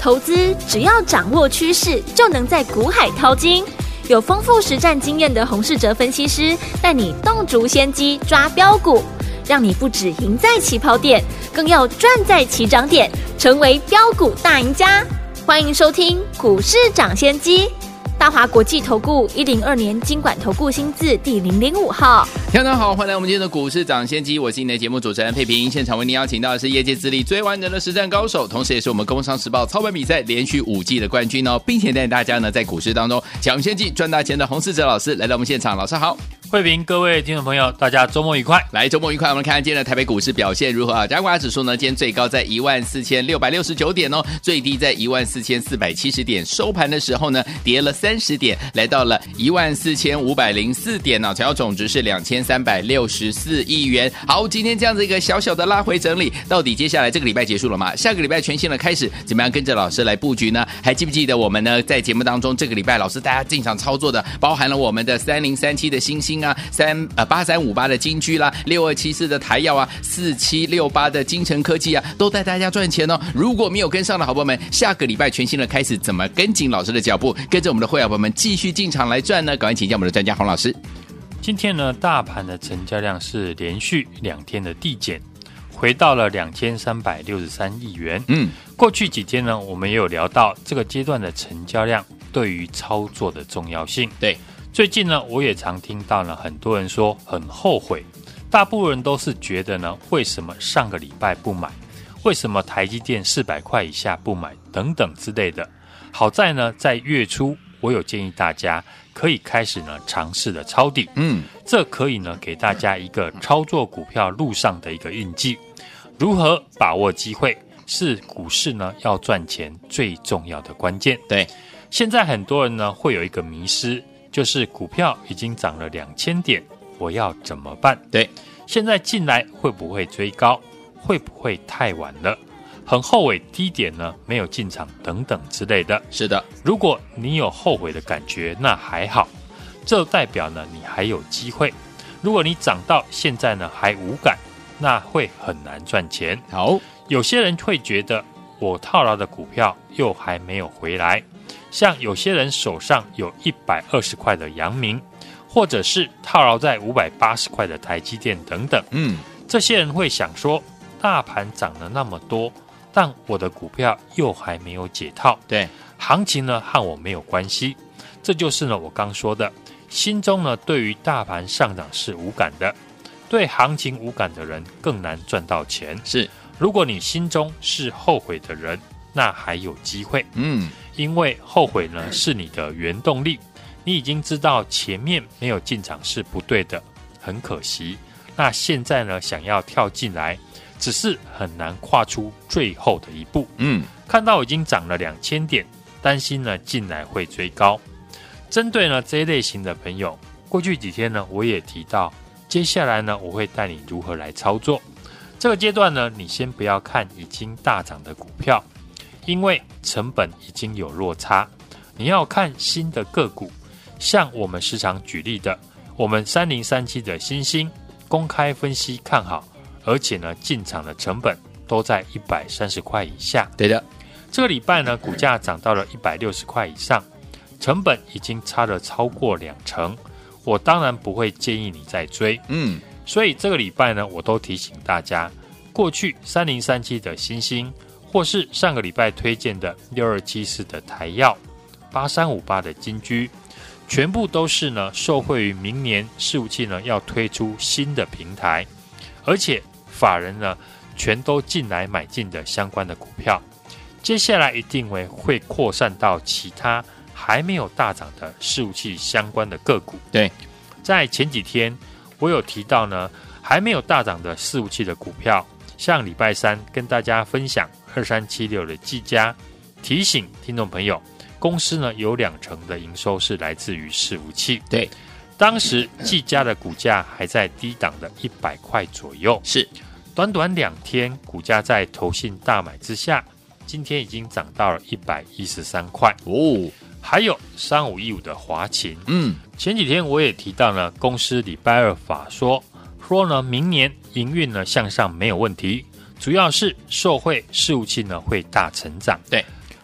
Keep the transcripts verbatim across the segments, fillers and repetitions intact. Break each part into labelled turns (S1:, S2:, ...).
S1: 投资只要掌握趋势，就能在股海淘金。有丰富实战经验的洪士哲分析师带你洞烛先机抓标股，让你不只赢在起跑点，更要赚在起涨点，成为标股大赢家。欢迎收听股市涨先机，大华国际投顾一零二年金管投顾新字第零零五号。
S2: 听众好，欢迎来我们今天的股市涨先机，我是你的节目主持人佩平。现场为您邀请到的是业界资历最完整的实战高手，同时也是我们工商时报操盘比赛连续五季的冠军哦，并且带大家呢在股市当中抢先机赚大钱的洪士哲老师来到我们现场。老师好。
S3: 慧平，各位听众朋友，大家周末愉快！
S2: 来，周末愉快。我们看看今天的台北股市表现如何啊？加权指数呢，今天最高在一万四千六百六十九点哦，最低在一万四千四百七十点，收盘的时候呢，跌了三十点，来到了一万四千五百零四点呢、啊，成交总值是两千三百六十四亿元。好，今天这样子一个小小的拉回整理，到底接下来这个礼拜结束了吗？下个礼拜全新的开始，怎么样跟着老师来布局呢？还记不记得我们呢在节目当中，这个礼拜老师大家进场操作的，包含了我们的三零三七的星星啊，三呃八三五八的金居啦，六二七四的台药啊，四七六八的精诚科技啊，都带大家赚钱哦。如果没有跟上的好朋友们，下个礼拜全新的开始，怎么跟紧老师的脚步，跟着我们的会员朋友们继续进场来赚呢？赶快请教我们的专家洪老师。
S3: 今天呢，大盘的成交量是连续两天的递减，回到了两千三百六十三亿元。嗯，过去几天呢，我们也有聊到这个阶段的成交量对于操作的重要性。
S2: 对。
S3: 最近呢，我也常听到呢，很多人说很后悔，大部分人都是觉得呢，为什么上个礼拜不买，为什么台积电四百块以下不买等等之类的。好在呢，在月初我有建议大家可以开始呢尝试的抄底，嗯，这可以呢给大家一个操作股票路上的一个印记。如何把握机会，是股市呢要赚钱最重要的关键。
S2: 对，
S3: 现在很多人呢会有一个迷思。就是股票已经涨了两千点，我要怎么办？
S2: 对，
S3: 现在进来会不会追高？会不会太晚了？很后悔低点呢没有进场等等之类的。
S2: 是的，
S3: 如果你有后悔的感觉，那还好，这代表呢你还有机会。如果你涨到现在呢还无感，那会很难赚钱。
S2: 好，
S3: 有些人会觉得我套牢的股票又还没有回来。像有些人手上有一百二十块的阳明，或者是套牢在五百八十块的台积电等等，嗯，这些人会想说，大盘涨了那么多，但我的股票又还没有解套，
S2: 对，
S3: 行情呢和我没有关系。这就是呢我刚说的，心中呢对于大盘上涨是无感的，对行情无感的人更难赚到钱。
S2: 是，
S3: 如果你心中是后悔的人，那还有机会，嗯。因为后悔呢是你的原动力，你已经知道前面没有进场是不对的，很可惜。那现在呢想要跳进来，只是很难跨出最后的一步。嗯，看到已经涨了两千点，担心呢进来会追高。针对呢这一类型的朋友，过去几天呢我也提到，接下来呢我会带你如何来操作。这个阶段呢，你先不要看已经大涨的股票。因为成本已经有落差，你要看新的个股，像我们时常举例的，我们三零三七的新兴公开分析看好，而且呢进场的成本都在一百三十块以下。
S2: 对的，
S3: 这个礼拜呢股价涨到了一百六十块以上，成本已经差了超过两成，我当然不会建议你再追。嗯，所以这个礼拜呢我都提醒大家，过去三零三七的新兴或是上个礼拜推荐的六二七四的台药、八三五八的金居，全部都是呢受惠于明年伺服器呢要推出新的平台，而且法人呢全都进来买进的相关的股票，接下来一定会会扩散到其他还没有大涨的伺服器相关的个股。
S2: 对，
S3: 在前几天我有提到呢，还没有大涨的伺服器的股票，像礼拜三跟大家分享二三七六的技嘉，提醒听众朋友，公司呢有两成的营收是来自于伺服器。
S2: 对，
S3: 当时技嘉的股价还在低档的一百块左右，
S2: 是
S3: 短短两天，股价在投信大买之下，今天已经涨到了一百一十三块哦。还有三五一五的华勤，嗯，前几天我也提到呢，公司礼拜二法说说呢，明年营运呢向上没有问题，主要是受惠伺服器呢会大成长。
S2: 对，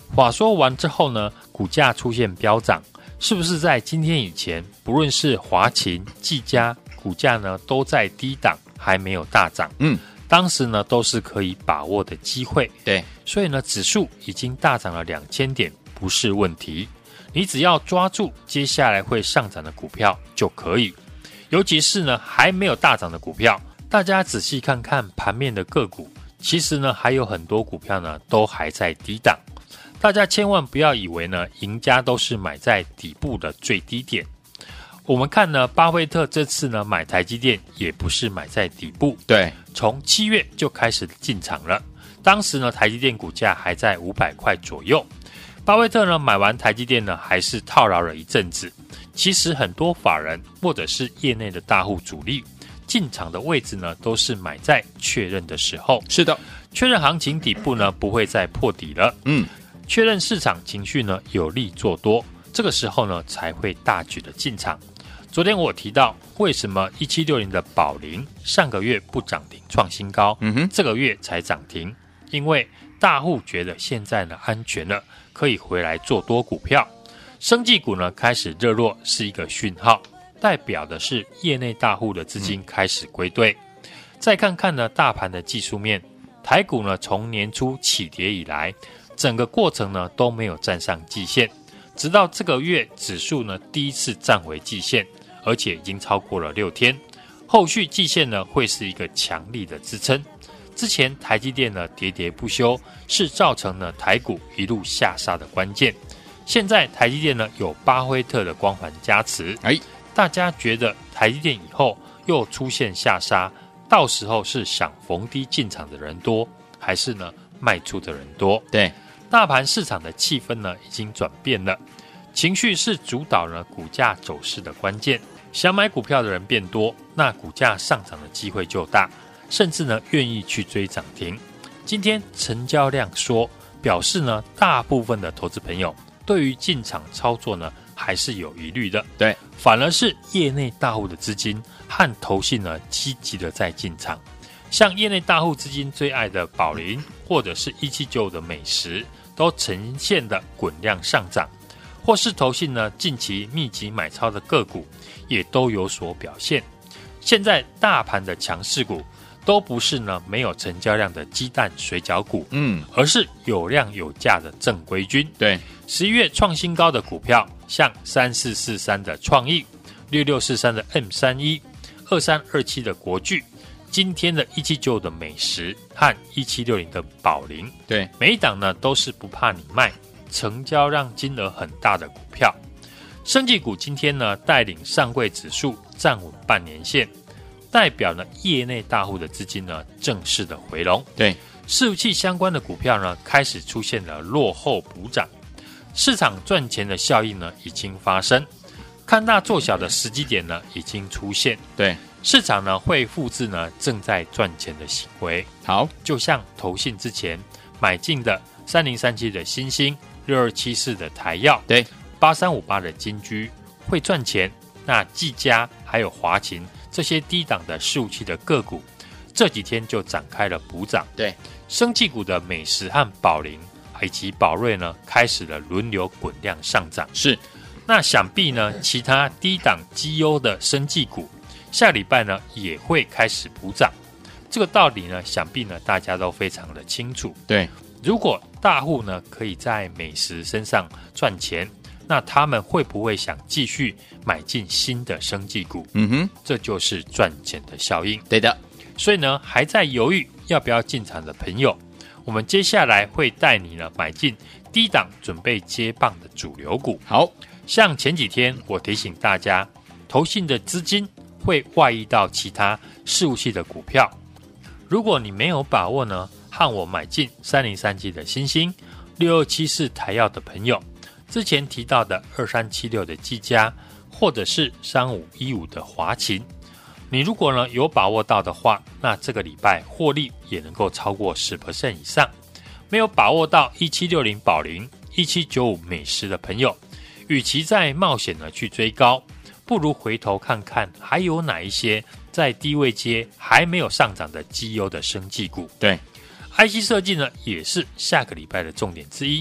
S3: 话说完之后呢，股价出现飙涨，是不是在今天以前，不论是华勤、技嘉，股价呢都在低档，还没有大涨？嗯，当时呢都是可以把握的机会。
S2: 对，
S3: 所以呢，指数已经大涨了两千点，不是问题。你只要抓住接下来会上涨的股票就可以。尤其是呢还没有大涨的股票，大家仔细看看盘面的个股，其实呢还有很多股票呢都还在低档。大家千万不要以为呢赢家都是买在底部的最低点。我们看呢巴菲特这次呢买台积电也不是买在底部，
S2: 对，
S3: 从七月就开始进场了。当时呢台积电股价还在五百块左右，巴菲特呢买完台积电呢还是套牢了一阵子。其实很多法人或者是业内的大户主力进场的位置呢都是买在确认的时候。
S2: 是的，
S3: 确认行情底部呢不会再破底了，嗯，确认市场情绪呢有利做多，这个时候呢才会大举的进场。昨天我提到为什么一七六零的宝龄上个月不涨停创新高，嗯哼，这个月才涨停，因为大户觉得现在呢安全了，可以回来做多股票。生技股呢开始热络是一个讯号，代表的是业内大户的资金开始归队。嗯、再看看呢大盘的技术面，台股呢从年初起跌以来，整个过程呢都没有站上季线，直到这个月指数呢第一次站回季线，而且已经超过了六天，后续季线呢会是一个强力的支撑。之前台积电呢喋喋不休，是造成了台股一路下杀的关键。现在台积电呢有巴菲特的光环加持，哎，大家觉得台积电以后又出现下杀，到时候是想逢低进场的人多，还是呢卖出的人多？
S2: 对，
S3: 大盘市场的气氛呢已经转变了，情绪是主导了股价走势的关键。想买股票的人变多，那股价上涨的机会就大，甚至呢愿意去追涨停。今天成交量缩，表示呢大部分的投资朋友对于进场操作呢还是有疑虑的，
S2: 对，
S3: 反而是业内大户的资金和投信呢积极的在进场。像业内大户资金最爱的宝龄或者是一七九五的美食，都呈现的滚量上涨，或是投信呢近期密集买超的个股也都有所表现。现在大盘的强势股都不是呢没有成交量的鸡蛋水饺股，嗯，而是有量有价的正规军。
S2: 对，
S3: 十一月创新高的股票，像三四四三的创意、六六四三的 M 三一、二三二七的国巨，今天的一七九五的美食和一七六零的宝龄，
S2: 对，
S3: 每一档呢都是不怕你卖，成交量金额很大的股票。生技股今天呢带领上柜指数站稳半年线，代表呢业内大户的资金呢正式的回笼。
S2: 对，
S3: 伺服器相关的股票呢开始出现了落后补涨，市场赚钱的效应呢已经发生，看大做小的时机点呢已经出现。
S2: 对，
S3: 市场呢会复制呢正在赚钱的行为。
S2: 好，
S3: 就像投信之前买进的三零三七的新兴、六二七四的台药，
S2: 对，
S3: 八三五八的金居会赚钱。那技嘉还有华勤这些低档的伺服器的个股，这几天就展开了补涨。
S2: 对，
S3: 生技股的美食和宝龄以及宝瑞呢，开始了轮流滚量上涨。
S2: 是，
S3: 那想必呢，其他低档绩优的生技股，下礼拜呢也会开始补涨。这个道理呢，想必呢大家都非常的清楚。
S2: 对，
S3: 如果大户呢可以在美食身上赚钱，那他们会不会想继续买进新的生技股？嗯哼，这就是赚钱的效应。
S2: 对的，
S3: 所以呢，还在犹豫要不要进场的朋友，我们接下来会带你呢买进低档准备接棒的主流股。
S2: 好，
S3: 像前几天我提醒大家，投信的资金会外溢到其他伺服器的股票。如果你没有把握呢，和我买进三零三七的新兴、六二七四台药的朋友，之前提到的二三七六的技嘉，或者是三五一五的华勤，你如果呢有把握到的话，那这个礼拜获利也能够超过 百分之十 以上。没有把握到一七六零宝龄、一七九五美食的朋友，与其在冒险呢去追高，不如回头看看还有哪一些在低位阶还没有上涨的绩优的生技股。
S2: 对，
S3: I C 设计呢也是下个礼拜的重点之一。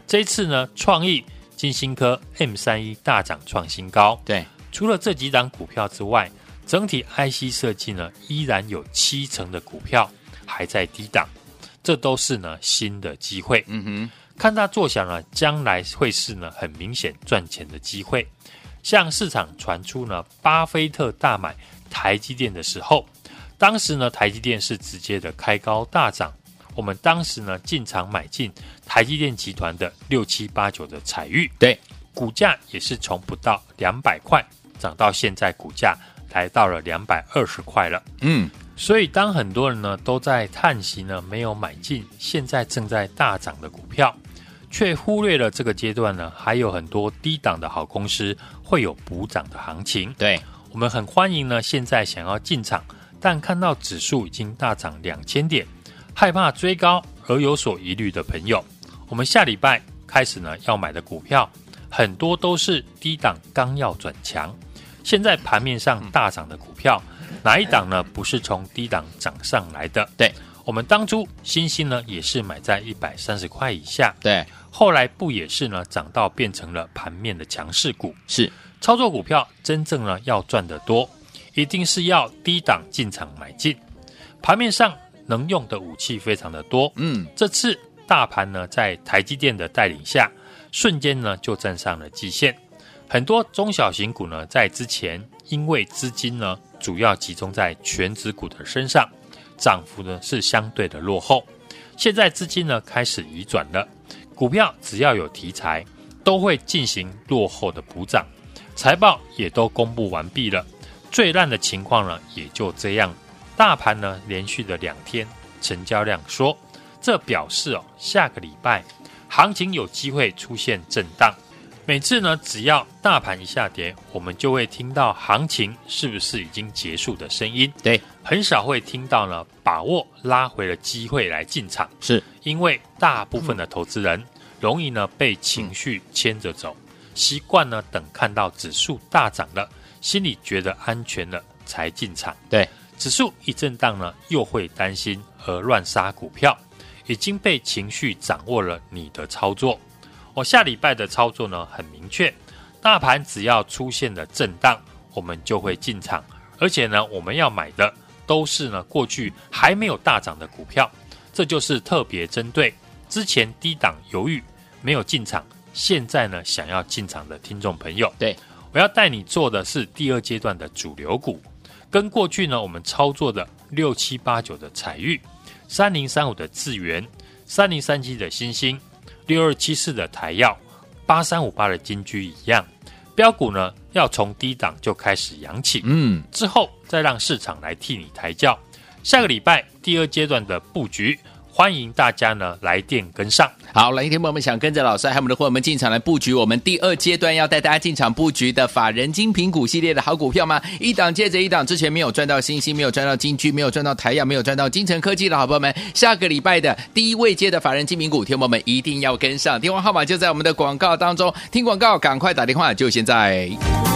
S3: 这一次呢，创意、金星科、M 三十一 大涨创新高。
S2: 对，
S3: 除了这几档股票之外，整体 I C 设计呢，依然有七成的股票还在低档，这都是呢新的机会。
S2: 嗯哼，
S3: 看它作响呢，将来会是呢很明显赚钱的机会。像市场传出呢，巴菲特大买台积电的时候，当时呢台积电是直接的开高大涨，我们当时呢进场买进台积电集团的六七八九的采钰，
S2: 对，
S3: 股价也是从不到两百块涨到现在股价来到了两百二十块了。
S2: 嗯，
S3: 所以当很多人呢都在叹息呢没有买进现在正在大涨的股票，却忽略了这个阶段呢还有很多低档的好公司会有补涨的行情。
S2: 对，
S3: 我们很欢迎呢现在想要进场，但看到指数已经大涨两千点，害怕追高而有所疑虑的朋友，我们下礼拜开始呢要买的股票很多都是低档刚要转强，现在盘面上大涨的股票，哪一档呢不是从低档涨上来的？
S2: 对，
S3: 我们当初新兴呢也是买在一百三十块以下，
S2: 对，
S3: 后来不也是呢涨到变成了盘面的强势股？
S2: 是，
S3: 操作股票真正呢要赚得多，一定是要低档进场买进。盘面上能用的武器非常的多，
S2: 嗯，
S3: 这次大盘呢在台积电的带领下，瞬间呢就站上了季线。很多中小型股呢在之前因为资金呢主要集中在全指股的身上，涨幅呢是相对的落后。现在资金呢开始移转了，股票只要有题材都会进行落后的补涨，财报也都公布完毕了，最烂的情况呢也就这样。大盘呢连续的两天成交量缩，这表示哦下个礼拜行情有机会出现震荡。每次呢只要大盘一下跌，我们就会听到行情是不是已经结束的声音，
S2: 对，
S3: 很少会听到呢把握拉回了机会来进场，
S2: 是
S3: 因为大部分的投资人容易呢被情绪牵着走，习惯呢等看到指数大涨了，心里觉得安全了才进场。
S2: 对，
S3: 指数一震荡呢，又会担心而乱杀股票，已经被情绪掌握了你的操作。我下礼拜的操作呢很明确，大盘只要出现了震荡，我们就会进场，而且呢我们要买的都是呢过去还没有大涨的股票，这就是特别针对之前低档犹豫没有进场，现在呢想要进场的听众朋友。
S2: 对，
S3: 我要带你做的是第二阶段的主流股，跟过去呢我们操作的六七八九的采钰、三零三五的智原、三零三七的新兴、六二七四的台药、八三五八的金居一样，标股呢要从低档就开始扬起，
S2: 嗯，
S3: 之后再让市场来替你抬轿。下个礼拜第二阶段的布局，欢迎大家呢来电跟上。
S2: 好，来，听众朋友们想跟着老师还有我们的伙伴们进场来布局我们第二阶段要带大家进场布局的法人精品股系列的好股票吗？一档接着一档，之前没有赚到新兴，没有赚到金居，没有赚到台亚，没有赚到金城科技的好朋友们，下个礼拜的第一位阶的法人精品股，听众朋友们一定要跟上，电话号码就在我们的广告当中，听广告赶快打电话，就现在。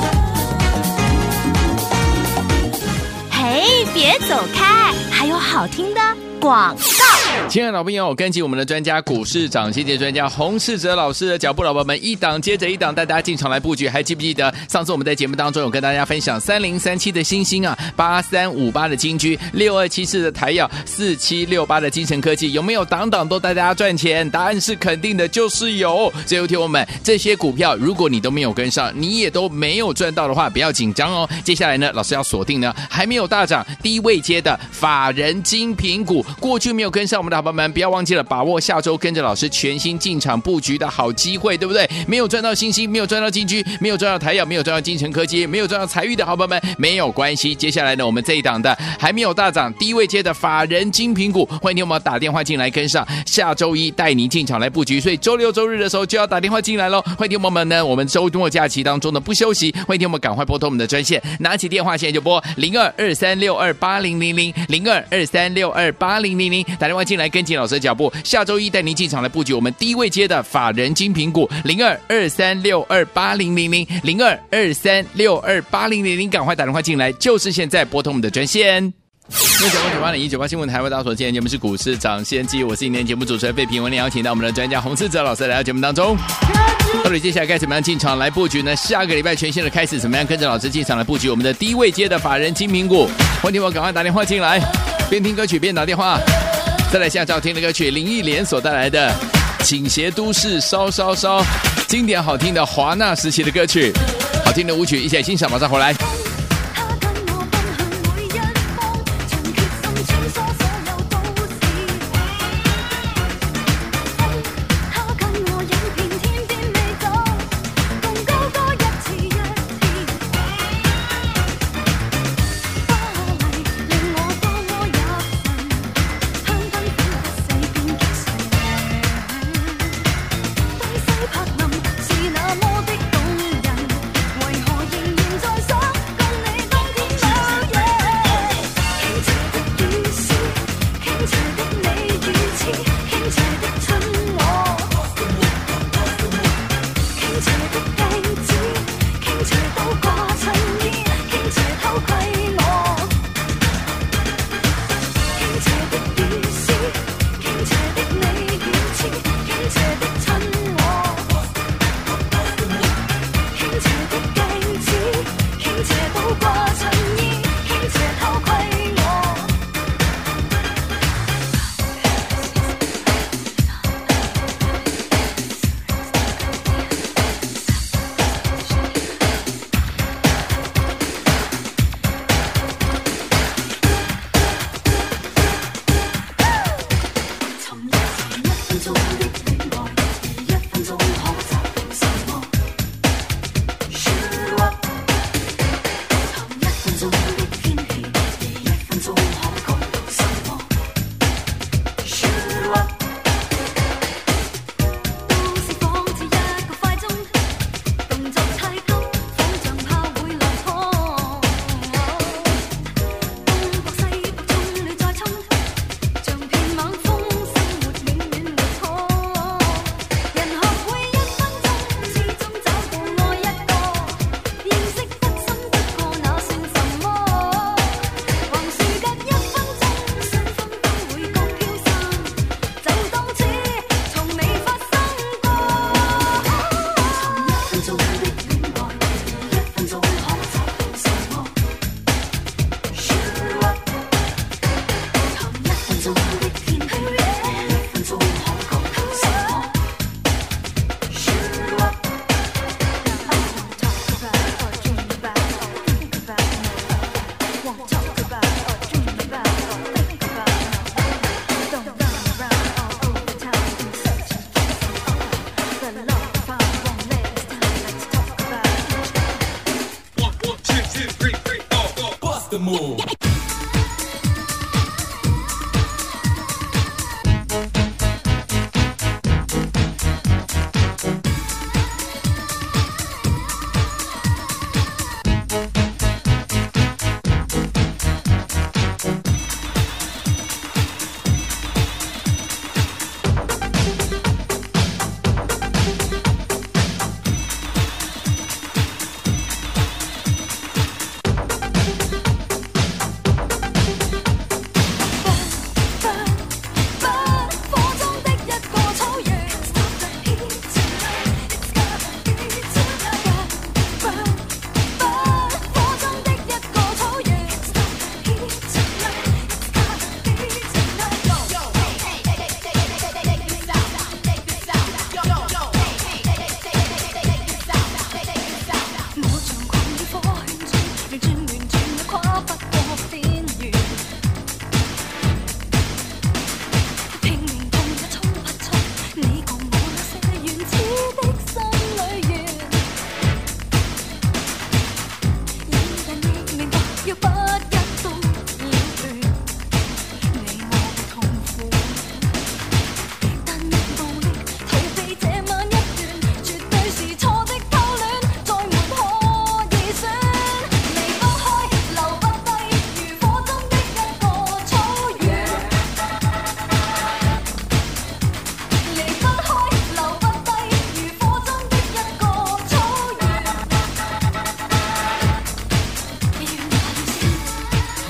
S1: 嘿，别走开，还有好听的广告。
S2: 亲爱的老朋友，跟紧我们的专家股市涨跌专家洪士哲老师的脚步，老朋友们一档接着一档带大家进场来布局。还记不记得上次我们在节目当中有跟大家分享三零三七的新兴啊，八三五八的金居，六二七四的台药，四七六八的精神科技，有没有档档都带大家赚钱？答案是肯定的，就是有。所以有听我们这些股票，如果你都没有跟上，你也都没有赚到的话，不要紧张哦。接下来呢，老师要锁定呢还没有大涨低位阶的法人精品股，过去没有跟上我们的好朋友们，不要忘记了把握下周跟着老师全新进场布局的好机会，对不对？没有赚到新兴，没有赚到金居，没有赚到台药，没有赚到金城科技，没有赚到财运的好朋友们，没有关系。接下来呢，我们这一档的还没有大涨低位阶的法人精品股，欢迎你们打电话进来跟上，下周一带你进场来布局，所以周六周日的时候就要打电话进来咯。欢迎听我们呢，我们周末假期当中呢不休息，欢迎听我们赶快拨通我们的专线，拿起电话现在就拨零二二三六二八零零零零二二三六二八零零零，打电话进来跟紧老师的脚步，下周一带您进场来布局我们低位阶的法人精品股零二二三六二八零零零零二二三六二八零零零，赶快打电话进来，就是现在拨通我们的专线。 六九八九八零一九八新闻台为大家所见，节目是股市涨先机，我是今天节目主持人费平，我们邀请到我们的专家洪士哲老师来到节目当中。到底接下来该怎么样进场来布局呢？下个礼拜全新的开始，怎么样跟着老师进场来布局我们的低位阶的法人精品股？欢迎我赶快打电话进来，边听歌曲边打电话。再来下照听的歌曲，林忆莲所带来的《倾斜都市烧烧烧》，经典好听的华纳时期的歌曲，好听的舞曲，一起来欣賞，馬上回來。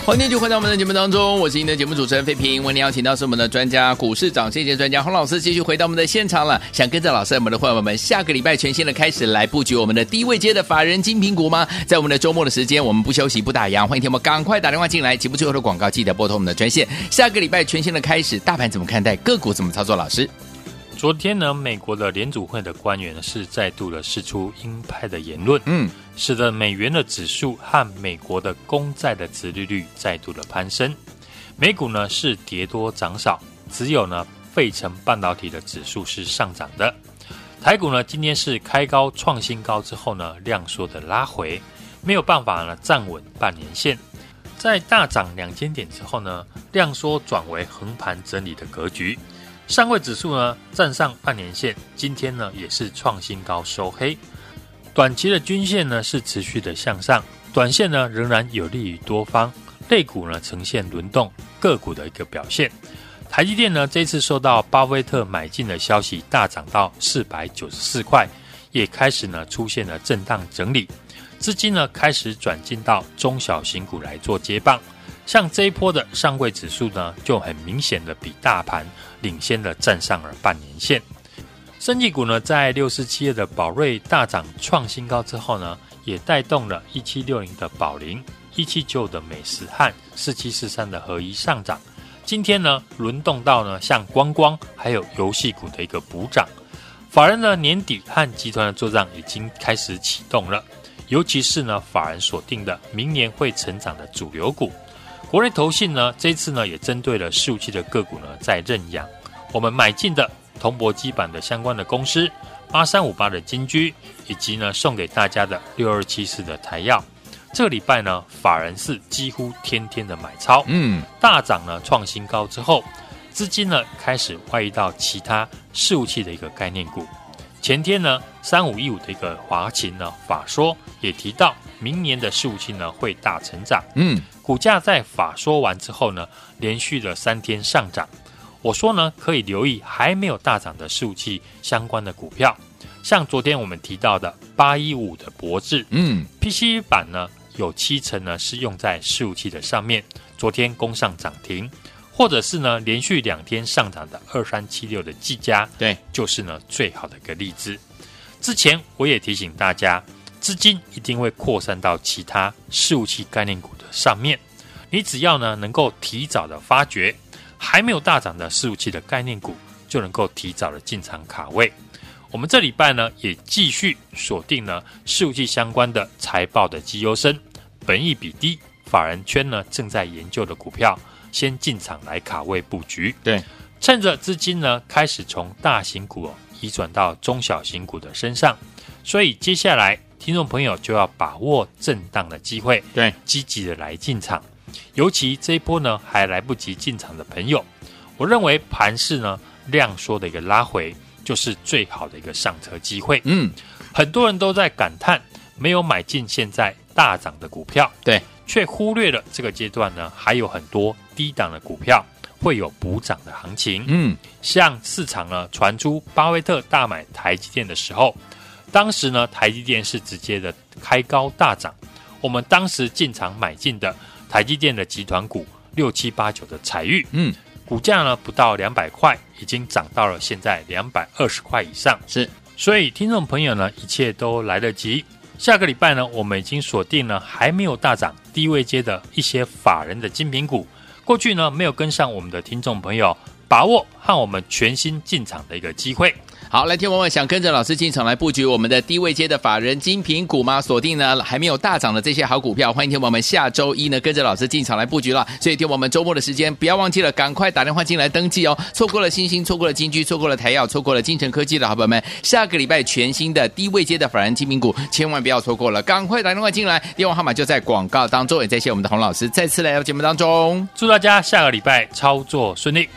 S2: 欢迎继续回到我们的节目当中，我是您的节目主持人费平。为您邀请到是我们的专家股市涨跌专家洪老师，继续回到我们的现场了。想跟着老师我们的会员们下个礼拜全新的开始来布局我们的低位阶的法人精品股吗？在我们的周末的时间，我们不休息不打烊，欢迎听我们赶快打电话进来。节目最后的广告记得拨通我们的专线。下个礼拜全新的开始，大盘怎么看待？个股怎么操作？老师，
S3: 昨天呢，美国的联储会的官员是再度的释出鹰派的言论，嗯，使得美元的指数和美国的公债的殖利率再度的攀升。美股呢是跌多涨少，只有呢费城半导体的指数是上涨的。台股呢今天是开高创新高之后呢量缩的拉回，没有办法呢站稳半年线。在大涨两千点之后呢，量缩转为横盘整理的格局。上柜指数呢站上半年线，今天呢也是创新高收黑。短期的均线呢是持续的向上，短线呢仍然有利于多方，类股呢呈现轮动，个股的一个表现。台积电呢这次受到巴菲特买进的消息大涨到四百九十四块，也开始呢出现了震荡整理，资金呢开始转进到中小型股来做接棒。像这一波的上柜指数呢，就很明显的比大盘领先的站上了半年线。生技股呢，在六四七二的宝瑞大涨创新高之后呢，也带动了一七六零的宝林、一七九五的美时和四七四三的合一上涨。今天呢，轮动到呢像观光还有游戏股的一个补涨。法人呢年底和集团的作战已经开始启动了，尤其是呢法人锁定的明年会成长的主流股。国内投信呢，这一次呢也针对了伺服器的个股呢在认养。我们买进的铜箔基板的相关的公司八三五八的金居，以及呢送给大家的六二七四的台药。这个礼拜呢，法人是几乎天天的买超，嗯，大涨呢创新高之后，资金呢开始外移到其他伺服器的一个概念股。前天呢，三五一五的一个华勤呢法说也提到，明年的伺服器呢会大成长，嗯。股价在法说完之后呢，连续了三天上涨。我说呢，可以留意还没有大涨的伺服器相关的股票，像昨天我们提到的八一五的博智，嗯 ，P C 版呢有七成呢是用在伺服器的上面，昨天攻上涨停，或者是呢连续两天上涨的二三七六的技嘉，对，就是呢最好的一个例子。之前我也提醒大家，资金一定会扩散到其他伺服器概念股的上面，你只要呢能够提早的发掘还没有大涨的伺服器的概念股，就能够提早的进场卡位。我们这礼拜呢也继续锁定了伺服器相关的财报的绩优生，本益比低，法人圈呢正在研究的股票，先进场来卡位布局。对，趁着资金呢开始从大型股、哦、移转到中小型股的身上，所以接下来听众朋友就要把握震荡的机会，对，积极的来进场。尤其这一波呢还来不及进场的朋友，我认为盘势呢量缩的一个拉回，就是最好的一个上车机会。嗯，很多人都在感叹没有买进现在大涨的股票，对，却忽略了这个阶段呢还有很多低档的股票会有补涨的行情。嗯，像市场呢传出巴菲特大买台积电的时候，当时呢台积电是直接的开高大涨，我们当时进场买进的台积电的集团股六七八九的采钰，嗯，股价呢不到两百块，已经涨到了现在两百二十块以上。是，所以听众朋友呢，一切都来得及。下个礼拜呢，我们已经锁定了还没有大涨低位阶的一些法人的精品股。过去呢没有跟上我们的听众朋友，把握和我们全新进场的一个机会。
S2: 好，来听我们想跟着老师进场来布局我们的低位阶的法人精品股吗？锁定呢还没有大涨的这些好股票，欢迎听我们下周一呢跟着老师进场来布局了。所以听我们周末的时间不要忘记了，赶快打电话进来登记哦。错过了星星，错过了金居，错过了台药，错过了金城科技的好朋友们，下个礼拜全新的低位阶的法人精品股千万不要错过了，赶快打电话进来，电话号码就在广告当中。也再谢我们的洪老师再次来到节目当中，
S3: 祝大家下个礼拜操作顺利。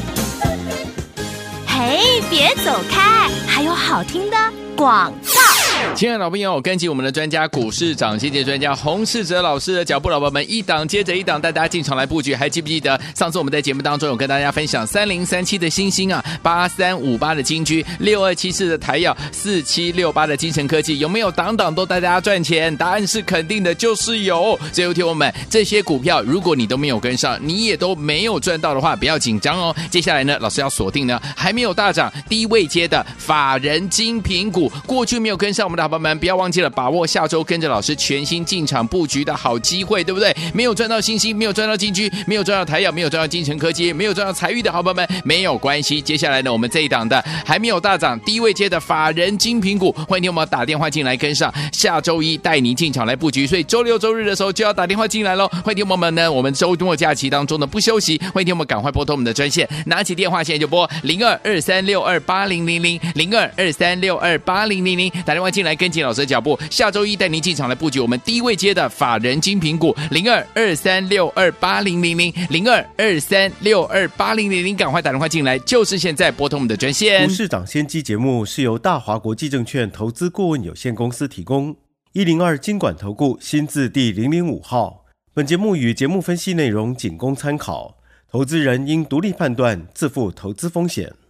S1: 嘿，别走开，还有好听的广告。
S2: 亲爱的老朋友，跟紧我们的专家股市涨跌专家洪士哲老师的脚步，老朋友们一档接着一档带大家进场来布局。还记不记得上次我们在节目当中有跟大家分享三零三七的星星啊，八三五八的金居，六二七四的台药，四七六八的精神科技，有没有档档都带大家赚钱？答案是肯定的，就是有。所以有听我们这些股票，如果你都没有跟上，你也都没有赚到的话，不要紧张哦。接下来呢，老师要锁定呢还没有大涨低位阶的法人精品股，过去没有跟上我们的好朋友们，不要忘记了把握下周跟着老师全新进场布局的好机会，对不对？没有赚到星星，没有赚到金居，没有赚到台药，没有赚到精神科技，没有赚到财运的好朋友们，没有关系。接下来呢，我们这一档的还没有大涨低位阶的法人精品股，欢迎你们打电话进来跟上，下周一带你进场来布局，所以周六周日的时候就要打电话进来咯。欢迎你们呢，我们周末假期当中呢不休息，欢迎你们赶快拨通我们的专线，拿起电话现在就拨零二二三六二八零零零零二二三六二八零零零，打电话进来跟紧老师的脚步，下周一带您进场来布局我们低位阶的法人精品股零二二三六二八零零零零二二三六二八零零零，赶快打电话进来，就是现在拨通我们的专线。
S4: 股市涨先机节目是由大华国际证券投资顾问有限公司提供，一零二金管投顾新字第零零五号。本节目与节目分析内容仅供参考，投资人应独立判断，自负投资风险。